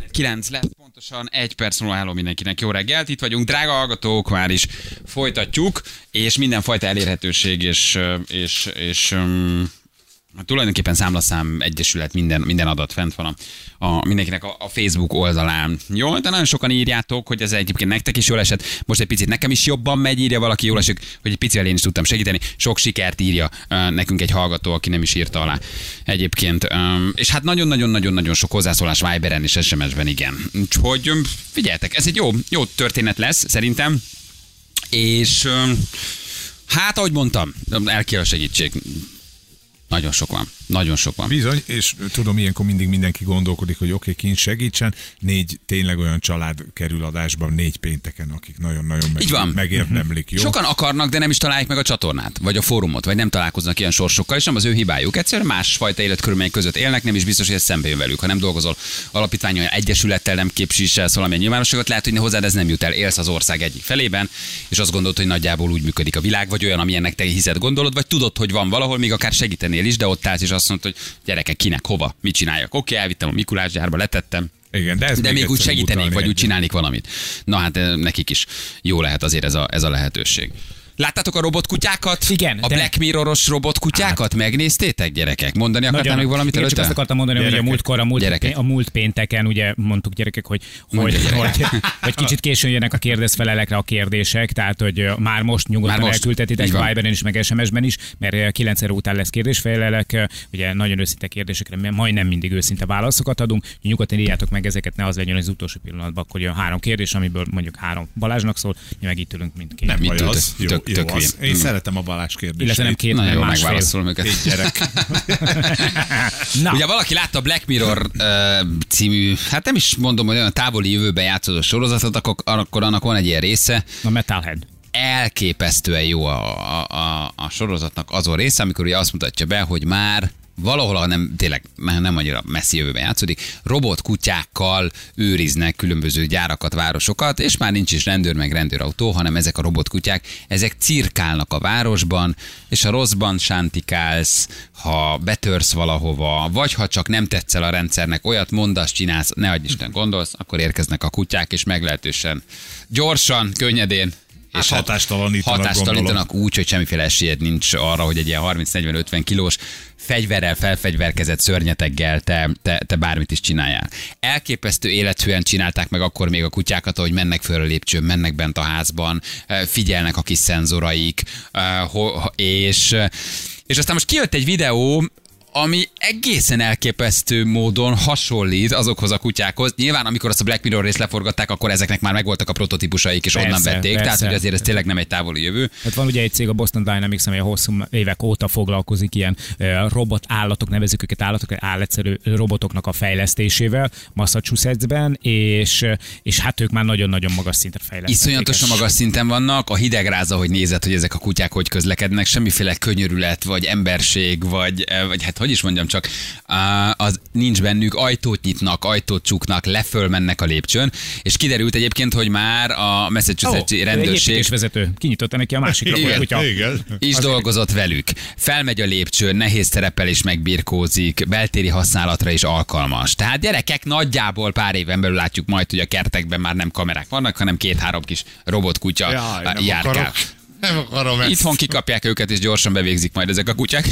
9 lesz, pontosan 1 perc múlva. Hello mindenkinek, jó reggelt, itt vagyunk, drága hallgatók, már is folytatjuk, és mindenfajta elérhetőség, és tulajdonképpen Számlaszám Egyesület, minden adat fent van mindenkinek a Facebook oldalán. Jó, de nagyon sokan írjátok, hogy ez egyébként nektek is jól esett. Most egy picit nekem is jobban megy, írja valaki, jól esik, hogy egy picivel én is tudtam segíteni. Sok sikert írja nekünk egy hallgató, aki nem is írta alá egyébként. És hát nagyon-nagyon sok hozzászólás Viberen és SMS-ben, igen. Úgyhogy figyeljetek, ez egy jó történet lesz, szerintem. És hát, ahogy mondtam, el kell a segítség. Nagyon sok van. Bizony, és tudom, ilyenkor mindig mindenki gondolkodik, hogy oké, kint segítsen. 4 tényleg olyan család kerül adásban 4 pénteken, akik nagyon-nagyon megérdemlik. Jó? Sokan akarnak, de nem is találják meg a csatornát, vagy a fórumot, vagy nem találkoznak ilyen sorsokkal, és nem az ő hibájuk. Egyszerűen másfajta életkörülmények között élnek, nem is biztos, hogy ez szembe jön velük. Ha nem dolgozol alapítványon, egyesülettel, nem képviselsz valamilyen nyilvánosságot, lehet, hogy hozzád ez nem jut el. Élsz az ország egyik felében, és azt gondolod, hogy nagyjából úgy működik a világ, vagy olyan, amilyennek te hiszed, gondolod, vagy tudod, hogy van valahol, még akár segítenél is, de ott állsz, és azt mondod, hogy gyerekek, kinek, hova, mit csináljak. Oké, elvittem a Mikulás gyárba, letettem. Igen, de még úgy segítenék, vagy úgy csinálnék valamit. Na hát nekik is jó lehet azért ez a lehetőség. Láttátok a robotkutyákat? Igen. A Black Mirror-os robotkutyákat? Megnéztétek, gyerekek? Mondani akartál még valamit előtte? Csak azt akartam mondani, hogy a múlt pénteken ugye mondtuk gyerekek, hogy kicsit későn jönnek a kérdezfelelekre a kérdések, tehát hogy már most nyugodtan elküldhetitek Viberen is, meg SMS-ben is, mert 9 óra után lesz kérdésfelelek, ugye nagyon őszinte kérdésekre, majdnem mindig őszinte válaszokat adunk, nyugodtan írjátok meg ezeket, ne az legyen az utolsó pillanatban, akkor jön 3 kérdés, amiből mondjuk 3 Balázsnak szól, mi meg itt ülünk mindkét. Nem baj az. Én szeretem a Balázs kérdéseit. Illetve nem 2, nagyon jól megválaszolom őket. Egy gyerek. Ugye valaki látta a Black Mirror című, hát nem is mondom, hogy olyan távoli jövőben játszódó sorozatot, akkor annak van egy ilyen része. A Metalhead. Elképesztően jó a sorozatnak azon része, amikor ugye azt mutatja be, hogy már valahol, tényleg nem annyira messzi jövőben játszódik, robotkutyákkal őriznek különböző gyárakat, városokat, és már nincs is rendőr meg rendőrautó, hanem ezek a robotkutyák, ezek cirkálnak a városban, és ha rosszban sántikálsz, ha betörsz valahova, vagy ha csak nem tetszel a rendszernek, olyat mondasz, csinálsz, ne adj Isten gondolsz, akkor érkeznek a kutyák, és meglehetősen gyorsan, könnyedén, és hatástalanítanak úgy, hogy semmiféle esélyed nincs arra, hogy egy ilyen 30-40-50 kilós fegyverrel, felfegyverkezett szörnyeteggel te bármit is csináljál. Elképesztő élethűen csinálták meg akkor még a kutyákat, ahogy mennek föl a lépcsőn, mennek bent a házban, figyelnek a kis szenzoraik, és aztán most kijött egy videó, ami egészen elképesztő módon hasonlít azokhoz a kutyákhoz. Nyilván, amikor azt a Black Mirror részt leforgatták, akkor ezeknek már megvoltak a prototípusaik, és onnan vették. Tehát, hogy azért ez tényleg nem egy távoli jövő. Hát van ugye egy cég, a Boston Dynamics, amely hosszú évek óta foglalkozik ilyen robotállatok, nevezzük őket állatok, állatszerű robotoknak a fejlesztésével Massachusettsben, és hát ők már nagyon-nagyon magas szintre fejlesztették. Iszonyatosan magas szinten vannak, a hidegráza, hogy nézed, hogy ezek a kutyák hogy közlekednek, semmiféle könyörület, vagy emberség, vagy hát hogy is mondjam csak, az nincs bennük, ajtót nyitnak, ajtót csuknak, leföl mennek a lépcsőn, és kiderült egyébként, hogy már a Massachusetts-i rendőrség... Egy vezető kinyitotta neki a másik robot. Is dolgozott velük. Felmegy a lépcsőn, nehéz tereppel is megbirkózik, beltéri használatra is alkalmas. Tehát gyerekek, nagyjából pár éven belül látjuk majd, hogy a kertekben már nem kamerák vannak, hanem 2-3 kis robotkutya járkál. Nem akarom ezt. Itthon kikapják őket, és gyorsan bevégzik majd ezek a kutyák.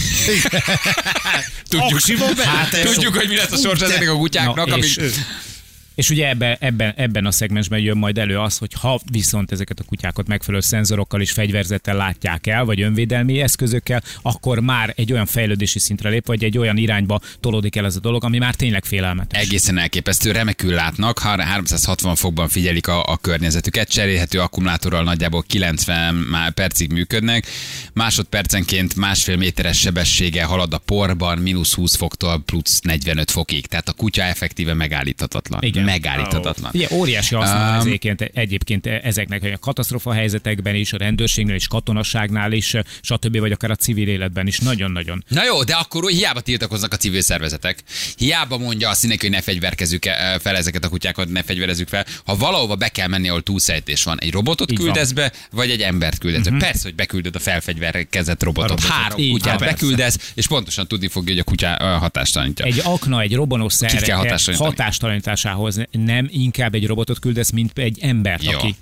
Tudjuk, hogy mi lesz a sors ezeknek a kutyáknak. És ugye ebben a szegmensben jön majd elő az, hogy ha viszont ezeket a kutyákat megfelelő szenzorokkal és fegyverzettel látják el, vagy önvédelmi eszközökkel, akkor már egy olyan fejlődési szintre lép, vagy egy olyan irányba tolódik el ez a dolog, ami már tényleg félelmetes. Egészen elképesztő, remekül látnak, 360 fokban figyelik a környezetüket, cserélhető akkumulátorral nagyjából 90 percig működnek, másodpercenként 1,5 méteres sebességgel halad a porban, -20 foktól plusz 45 fokig, tehát a kutya effektíve megállíthatatlan. Igen. Megállíthatatlan. Ugye óriási haszna egyébként ezeknek a katasztrófa helyzetekben is, a rendőrségnél is, katonasságnál is, stb. Vagy akár a civil életben is nagyon-nagyon. Na jó, de akkor hiába tiltakoznak a civil szervezetek. Hiába mondja azt mindenki, hogy ne fegyverkezzük fel ezeket a kutyákat, ne fegyverezzük fel. Ha valahova be kell menni, ahol túlszejtés van, egy robotot küldesz be, vagy egy embert küldesz be. Persze, hogy beküldöd a felfegyverkezett robotot. 3 kutyát beküldesz, és pontosan tudni fogja, hogy a kutya hatástalanítja. Egy akna, egy robbanószer hatástalanításához az nem inkább egy robotot küldesz, mint egy embert, Jó. aki...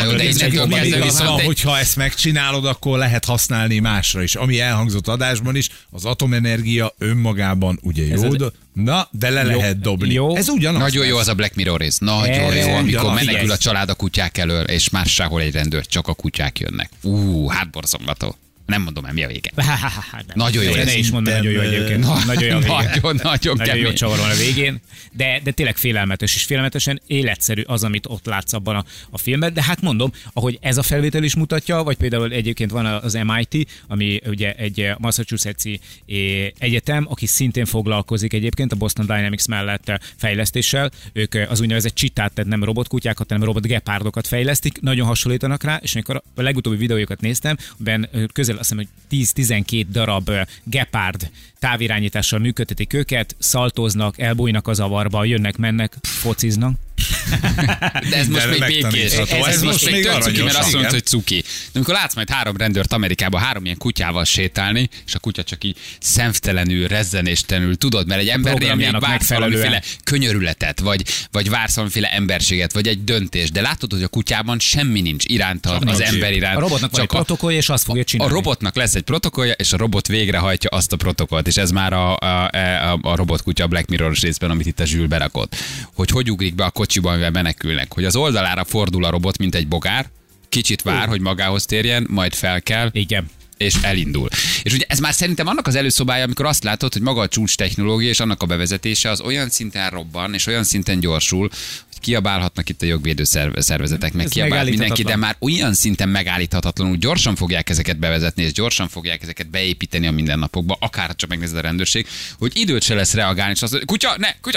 Hogyha ezt megcsinálod, akkor lehet használni másra is. Ami elhangzott adásban is, az atomenergia önmagában ugye jó, de lehet dobni. Jó. Ez ugyanaz. Nagyon jó az a Black Mirror rész. Nagyon jó, amikor menekül a család a kutyák elől, és más sehol egy rendőr, csak a kutyák jönnek. Hátborzongató. Nem mondom el, mi a vége. Nagyon jó. Ne is mondom, nagyon jó egyébként. Nagyon jó a végén. Nagyon jó csavaron a végén. De tényleg félelmetes, és félelmetesen életszerű az, amit ott látsz abban a filmben. De hát mondom, ahogy ez a felvétel is mutatja, vagy például egyébként van az MIT, ami ugye egy Massachusetts-i egyetem, aki szintén foglalkozik egyébként a Boston Dynamics mellett fejlesztéssel. Ők az úgynevezett csitát, tehát nem robotkutyákat, hanem robotgepárdokat fejlesztik. Nagyon hasonlítanak rá, és amikor a legutóbbi videójukat néztem, ben közel azt hiszem, hogy 10-12 darab gepárd távirányítással működtetik őket, szaltoznak, elbújnak a zavarba, jönnek-mennek, fociznak. De ez most még békés. Ez most még tök cuki, mert azt mondod, hogy cuki. De amikor látsz majd 3 rendőrt Amerikában 3 ilyen kutyával sétálni, és a kutya csak így szemtelenül, rezzenéstelenül, tudod, mert egy embernél még vársz valamiféle könyörületet, vagy vársz valamiféle emberséget, vagy egy döntést, de látod, hogy a kutyában semmi nincs iránta, az ember iránt. A robotnak van egy protokollja, és azt fogja csinálni. A robotnak lesz egy protokollja, és a robot végrehajtja azt a protokollt, és ez már a robotkutya a Black Mirror-os részben, amit itt a Zsül berakott. Hogy ugrik be a kocsiban, mivel menekülnek. Hogy az oldalára fordul a robot, mint egy bogár, kicsit vár, hogy magához térjen, majd felkel. Igen. És elindul. És ugye ez már szerintem annak az előszobája, amikor azt látod, hogy maga a csúcs technológia és annak a bevezetése az olyan szinten robban, és olyan szinten gyorsul, hogy kiabálhatnak itt a jogvédő szervezetek, meg kiabál mindenki, de már olyan szinten megállíthatatlanul gyorsan fogják ezeket bevezetni, és gyorsan fogják ezeket beépíteni a mindennapokba, akár csak megnézed a rendőrség, hogy időt se lesz reagálni, és azt mondja, kutya,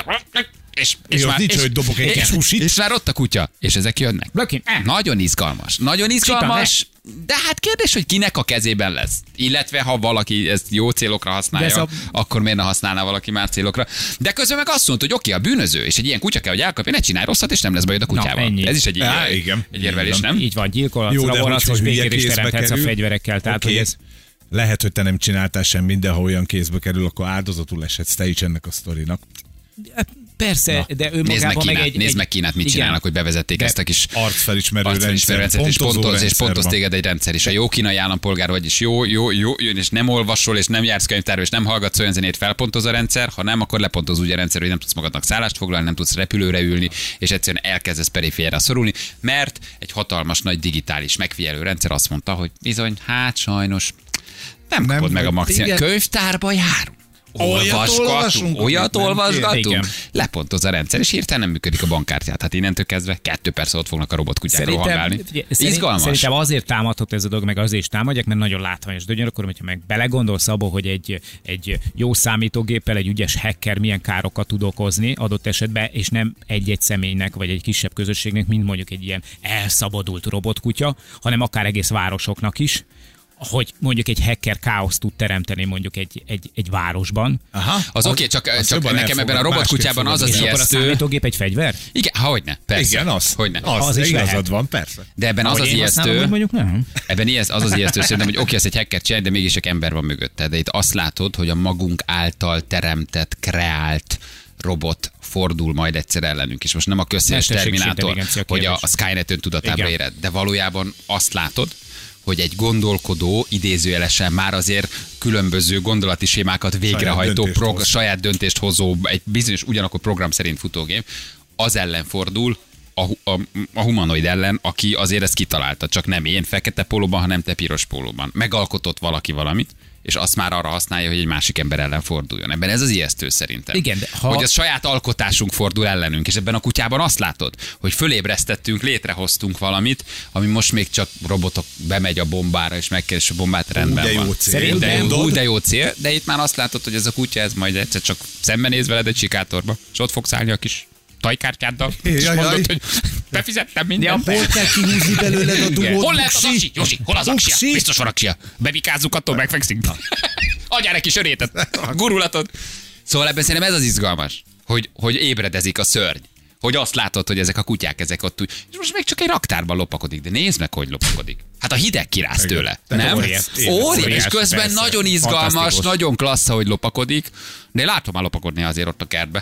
és már, nincs, hogy dobok egy kis susit. És már ott a kutya, és ezek jönnek. Nagyon izgalmas. Nagyon izgalmas. De hát kérdés, hogy kinek a kezében lesz. Illetve ha valaki ezt jó célokra használja, akkor miért ne használná valaki már célokra. De közben meg azt mondta, hogy oké, a bűnöző, és egy ilyen kutya kell, hogy elkapja, ne csinálj rosszat, és nem lesz bajod a kutyával. Na, ez is egy érvelés, nem? Így van, gyilkolat, laborasz, és békés teremthetsz a fegyverekkel. Tehát, hogy ez... Lehet, hogy te nem csináltál semmit, de ha olyan kézbe kerül, akkor áldozatul eshetsz te is ennek a sztorinak. Persze, de ő magában meg egy... Nézd meg Kínát, mit csinálnak, hogy bevezették ezt a kis arcfelismerő rendszer, és pontoz téged egy rendszer, és a jó kínai állampolgár vagy, és jó, és nem olvasol, és nem jársz könyvtárba, és nem hallgatsz olyan zenét, felpontoz a rendszer, ha nem, akkor lepontoz úgy a rendszer, hogy nem tudsz magadnak szállást foglalni, nem tudsz repülőre ülni, és egyszerűen elkezdesz perifériára szorulni, mert egy hatalmas nagy digitális megfigyelő rendszer azt mondta, hogy bizony, hát sajnos nem kapod meg a maximum. Könyvtárba járunk. Olyat olvasgatunk. Lepontoz a rendszer, és hirtelen nem működik a bankkártyát. Hát innentől kezdve 2 perc ott fognak a robotkutyák rohangálni. Izgalmas. Szerintem azért támadhat ez a dolog, meg azért is támadják, mert nagyon látványos. De ugyanakkor, hogyha meg belegondolsz abba, hogy egy jó számítógéppel egy ügyes hacker milyen károkat tud okozni adott esetben, és nem egy-egy személynek, vagy egy kisebb közösségnek, mint mondjuk egy ilyen elszabadult robotkutya, hanem akár egész városoknak is, hogy mondjuk egy hacker káoszt tud teremteni mondjuk egy városban. Aha. Az oké, csak nekem ebben a robotkutyában az ijesztő. Akkor a számítógép egy fegyver? Igen, hogyne, persze. Igen, hogyne. Az is igazad van, persze. De ebben az ijesztő. Mondjuk nem. Ebben az az ijesztő szerintem, hogy oké, ezt egy hacker csinálja, de mégis csak ember van mögötte. De itt azt látod, hogy a magunk által teremtett, kreált robot fordul majd egyszer ellenünk. És most nem a közszeres Terminátor, hogy a Skynet öntudatábra éred, de valójában azt látod, hogy egy gondolkodó, idézőjelesen már azért különböző gondolati sémákat végrehajtó, saját döntést hozó, egy bizonyos ugyanakkor program szerint futógép, az ellen fordul, a humanoid ellen, aki azért ezt kitalálta, csak nem én fekete pólóban, hanem te piros pólóban. Megalkotott valaki valamit, és azt már arra használja, hogy egy másik ember ellen forduljon. Ebben ez az ijesztő szerintem. Igen, de hogy a saját alkotásunk fordul ellenünk, és ebben a kutyában azt látod, hogy fölébresztettünk, létrehoztunk valamit, ami most még csak robotok bemegy a bombára, és megkeres a bombát, rendben de van. Jó cél. De jó cél, de itt már azt látod, hogy ez a kutya, ez majd egyszer csak szembenéz veled egy sikátorba, és ott fogsz állni a kis tajkártyáddal, és mondod, hogy befizettem mindent. Hol kell kihúzni belőled a dugót? Hol lehet az aksi? Josi, hol az aksia? Biztos van aksia. Bevikázzuk, attól megfekszünk. Adjál egy kis örétet, gurulatot. Szóval ebben szerintem ez az izgalmas, hogy ébredezik a szörny. Hogy azt látod, hogy ezek a kutyák, ezek ott úgy, és most még csak egy raktárban lopakodik, de nézd meg, hogy lopakodik. Hát a hideg kirász tőle, nem? Óriás, és közben persze. Nagyon izgalmas, nagyon klassz, hogy lopakodik, de én látom már lopakodni azért ott a kertbe.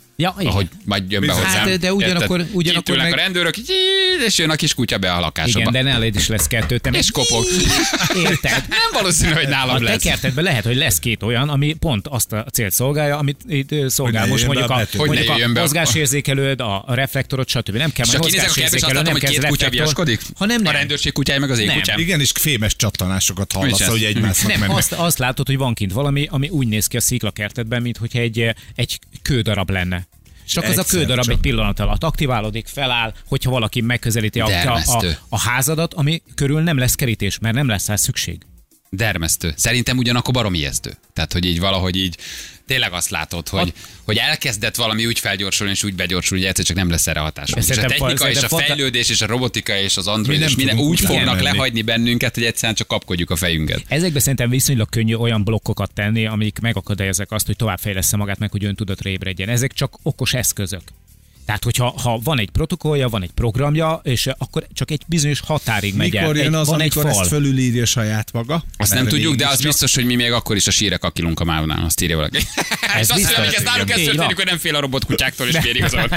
Ja, ahogy majd jön be hozzám. Hát, de ugyanakkor meg... a rendőrök, és jön a kis kutya be a lakásba. Igen, de nálad is lesz 2, te és kopog. Érted? Nem valószínű, hogy nálam lesz. A te kertedben lehet, hogy lesz 2 olyan, ami pont azt a célt szolgálja, amit itt szolgál most mondjuk a mozgásérzékelőd, a reflektorod, stb. Nem kell majd mozgásérzékelő, nem kell 2 kutya viaskodik? Nem. A rendőrség kutyája meg az én kutyám. Igen, és fémes csattanásokat hallasz, hogy egymásnak mennek. Nem, azt látod, hogy van kint valami, ami úgy néz ki a sziklakertedben, mintha egy kődarab lenne. Csak az a kődarab egy pillanat alatt aktiválódik, feláll, hogyha valaki megközelíti a házadat, ami körül nem lesz kerítés, mert nem lesz rá szükség. Dermesztő. Szerintem ugyanakkor baromi ijesztő. Tehát, hogy így valahogy így tényleg azt látod, hogy elkezdett valami úgy felgyorsulni és úgy begyorsulni, hogy egyszer csak nem lesz erre hatás. És a technika és a fejlődés és a robotika és az Android és minden úgy fognak lehagyni bennünket, hogy egyszerűen csak kapkodjuk a fejünket. Ezekben szerintem viszonylag könnyű olyan blokkokat tenni, amik megakadályozzák azt, hogy továbbfejlessze magát meg, hogy öntudatra ébredjen. Ezek csak okos eszközök. Tehát, hogyha van egy protokollja, van egy programja, és akkor csak egy bizonyos határig megy el. Mikor jön az, amikor ezt fölülírja saját maga? Azt nem tudjuk, de az biztos, hogy mi még akkor is a sírre kakilunk a mávnál, azt írja valaki. Ez azt mondja, hogy ez nálunk ez történik, hogy nem fél a robotkutyáktól, és fél igazol.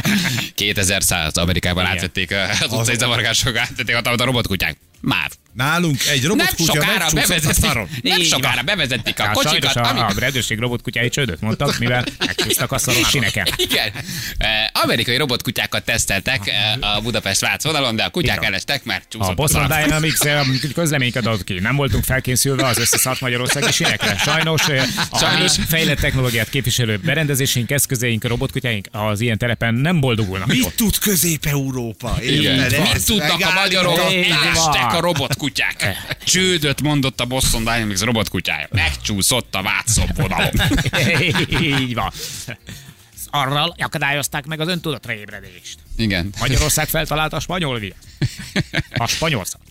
2100 Amerikában átvették az utcai zavargások, átvették a robotkutyák. Máv. Nálunk egy robotkutya nem sokára bevezették a kocsikat. A rendőrség robotkutyái csődöt mondtak, mivel megcsúsztak a szoros sineken. Igen. Amerikai robotkutyákat teszteltek a Budapest-Vác vonalon, de a kutyák elestek, mert csúszott. A Boston Dynamics közleményt adott ki. Nem voltunk felkészülve az összeszart magyarországi sinekre. Sajnos a fejlett technológiát képviselő berendezéseink, eszközeink, robotkutyáink az ilyen terepen nem boldogulnak. Mit tud Közép-Európa? Mit tudnak a magyarok? Elestek a robotkutyák. Csődöt mondott a Boston Dynamics robotkutyája. Megcsúszott a Vácon vonalon. Így van. Arral akadályozták meg az öntudatra ébredést. Igen. Magyarország feltalálta a spanyol viaszt. A spanyol szat.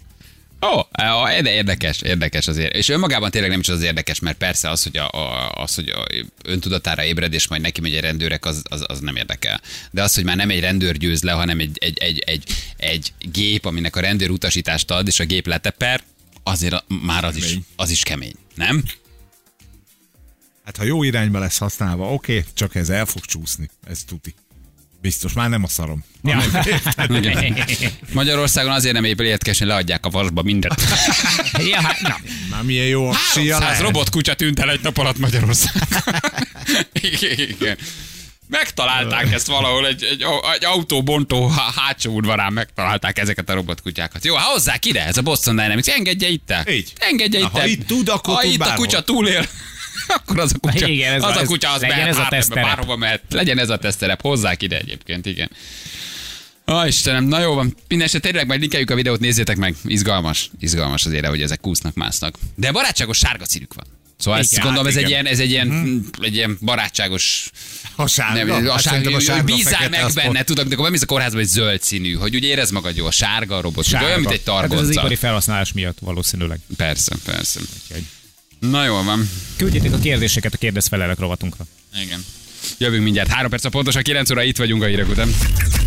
De érdekes azért. És önmagában tényleg nem is az érdekes, mert persze az, hogy öntudatára ébred, és majd neki megy egy rendőrek, az nem érdekel. De az, hogy már nem egy rendőr győz le, hanem egy gép, aminek a rendőr utasítást ad, és a gép leteper, azért már az is kemény, nem? Hát ha jó irányba lesz használva, oké, csak ez el fog csúszni, ez tuti. Biztos, már nem a szarom. Ja. Magyarországon azért nem épül érdekesen, leadják a vasba mindent. Ja, hát, na. Már milyen jó a 300 robotkutya tűnt el egy nap alatt Magyarországon. Igen. Megtalálták ezt valahol, egy autóbontó hátsó udvarán megtalálták ezeket a robotkutyákat. Jó, hozzák ide, ez a Boston Dynamics, engedje itt el. Így. Engedje itt el. Ha itt tud, akkor ha tud itt bárhol. A kutya túlél, akkor az a kutya, igen, az mehet bárhova mehet. Legyen ez a teszterep, hozzák ide egyébként, igen. Istenem, na jó van. Mindenesetre tényleg majd linkeljük a videót, nézzétek meg. Izgalmas azért, hogy ezek kúsznak, másznak. De barátságos sárga színük van. Szóval ezt gondolom, ez egy ilyen barátságos... A sárga. Bízzál meg benne, tudod, amikor bemész a kórházba, hogy zöld színű, hogy úgy érezd magad jó, a sárga a robot, olyan, mint egy targonca. Hát ez az ipari felhasználás miatt valószínűleg. Persze. Na jól van. Küldjétek a kérdéseket a kérdezfelelek rovatunkra. Igen. Jövünk mindjárt. 3 perc a pontosan 9 óra, itt vagyunk a hírek után.